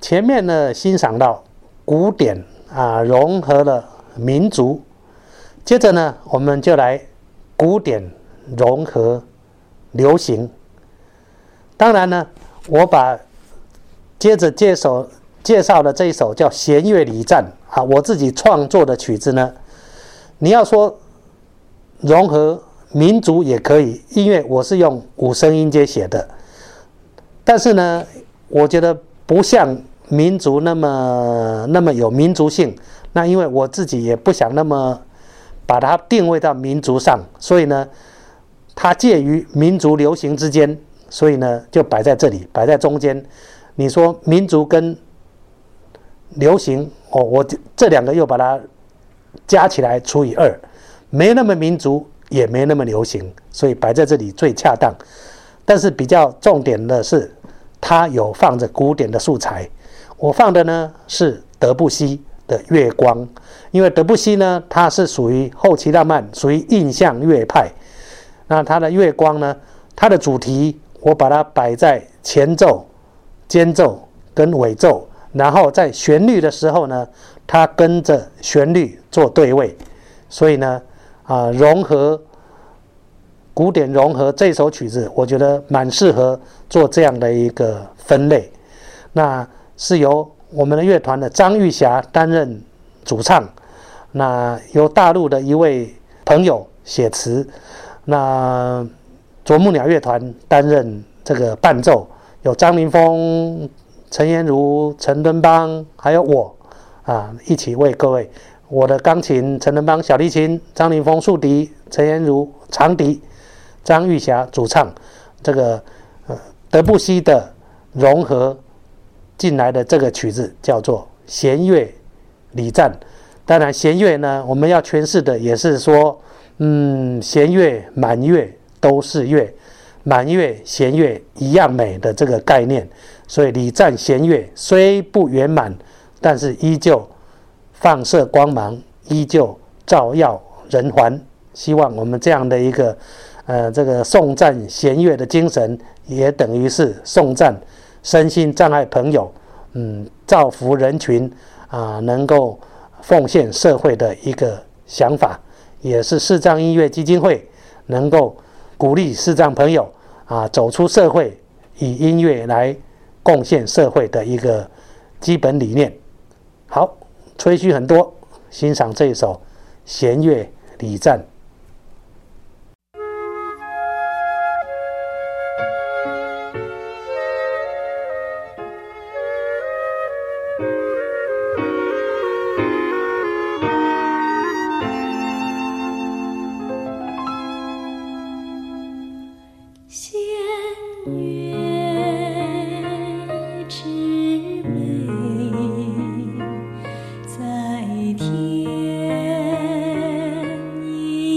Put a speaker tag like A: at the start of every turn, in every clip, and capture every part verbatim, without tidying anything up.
A: 前面呢欣赏到古典啊融合了民族，接着呢我们就来古典融合流行。当然呢，我把接着接手介绍的这一首叫《弦乐礼赞》啊，我自己创作的曲子呢，你要说融合民族也可以，因为我是用五声音阶写的，但是呢，我觉得不像民族那么那么有民族性。那因为我自己也不想那么把它定位到民族上，所以呢，它介于民族流行之间，所以呢就摆在这里，摆在中间。你说民族跟流行，哦，我这两个又把它加起来除以二，没那么民族，也没那么流行，所以摆在这里最恰当。但是比较重点的是，它有放着古典的素材。我放的呢是德布西的《月光》，因为德布西呢，它是属于后期浪漫，属于印象乐派。那它的《月光》呢，它的主题我把它摆在前奏、间奏跟尾奏，然后在旋律的时候呢，它跟着旋律做对位，所以呢，啊，融合古典融合这首曲子，我觉得蛮适合做这样的一个分类。那是由我们的乐团的张玉霞担任主唱，那由大陆的一位朋友写词，那啄木鸟乐团担任这个伴奏，有张凌峰、陈妍如、陈敦邦，还有我啊，一起为各位。我的钢琴陈敦邦小提琴，张凌峰竖笛，陈妍如长笛，张玉霞主唱。这个呃德布西的融合进来的这个曲子叫做《弦乐礼赞》。当然弦乐呢，我们要诠释的也是说，嗯，弦乐满乐都是乐，满乐弦乐一样美的这个概念。所以礼赞弦乐虽不圆满，但是依旧放射光芒，依旧照耀人寰。希望我们这样的一个呃这个颂赞弦乐的精神，也等于是颂赞身心障碍朋友，嗯，造福人群啊、呃，能够奉献社会的一个想法，也是视障音乐基金会能够鼓励视障朋友啊、呃、走出社会，以音乐来贡献社会的一个基本理念。好，吹嘘很多，欣赏这一首弦乐礼赞。
B: 在天一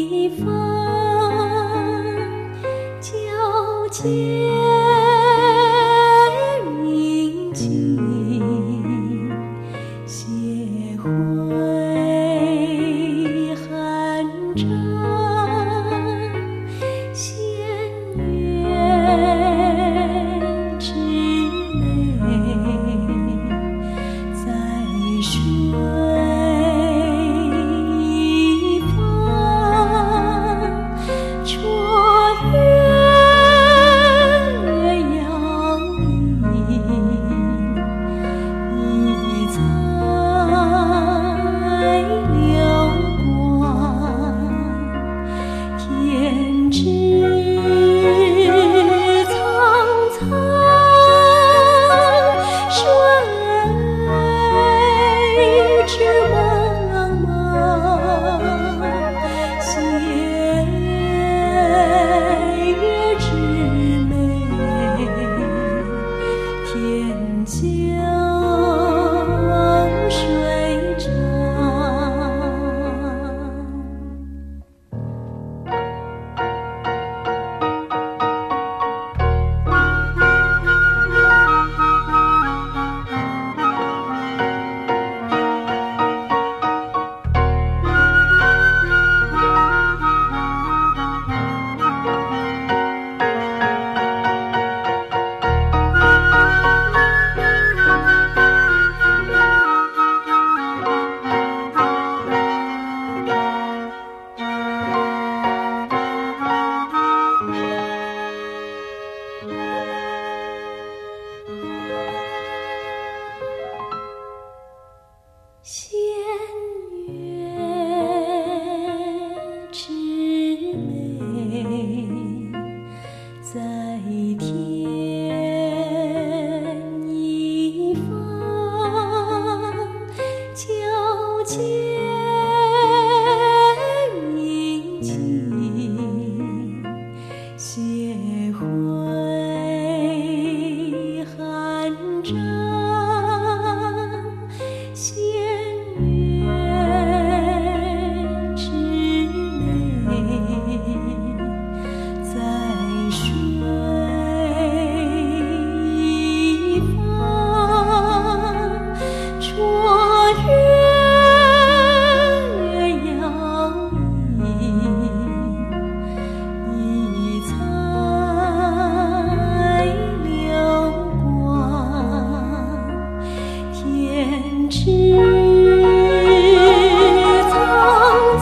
B: 苍苍，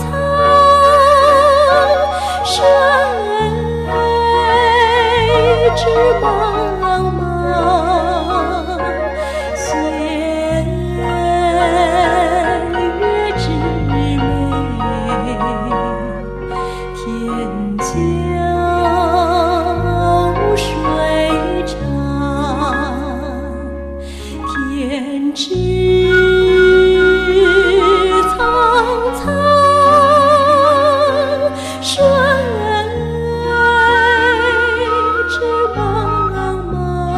B: 水之茫茫，弦月之美，天江水长，天之苍苍，水之茫茫，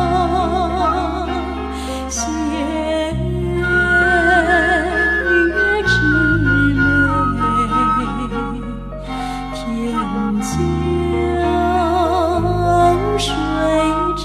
B: 弦月之美，天江水长。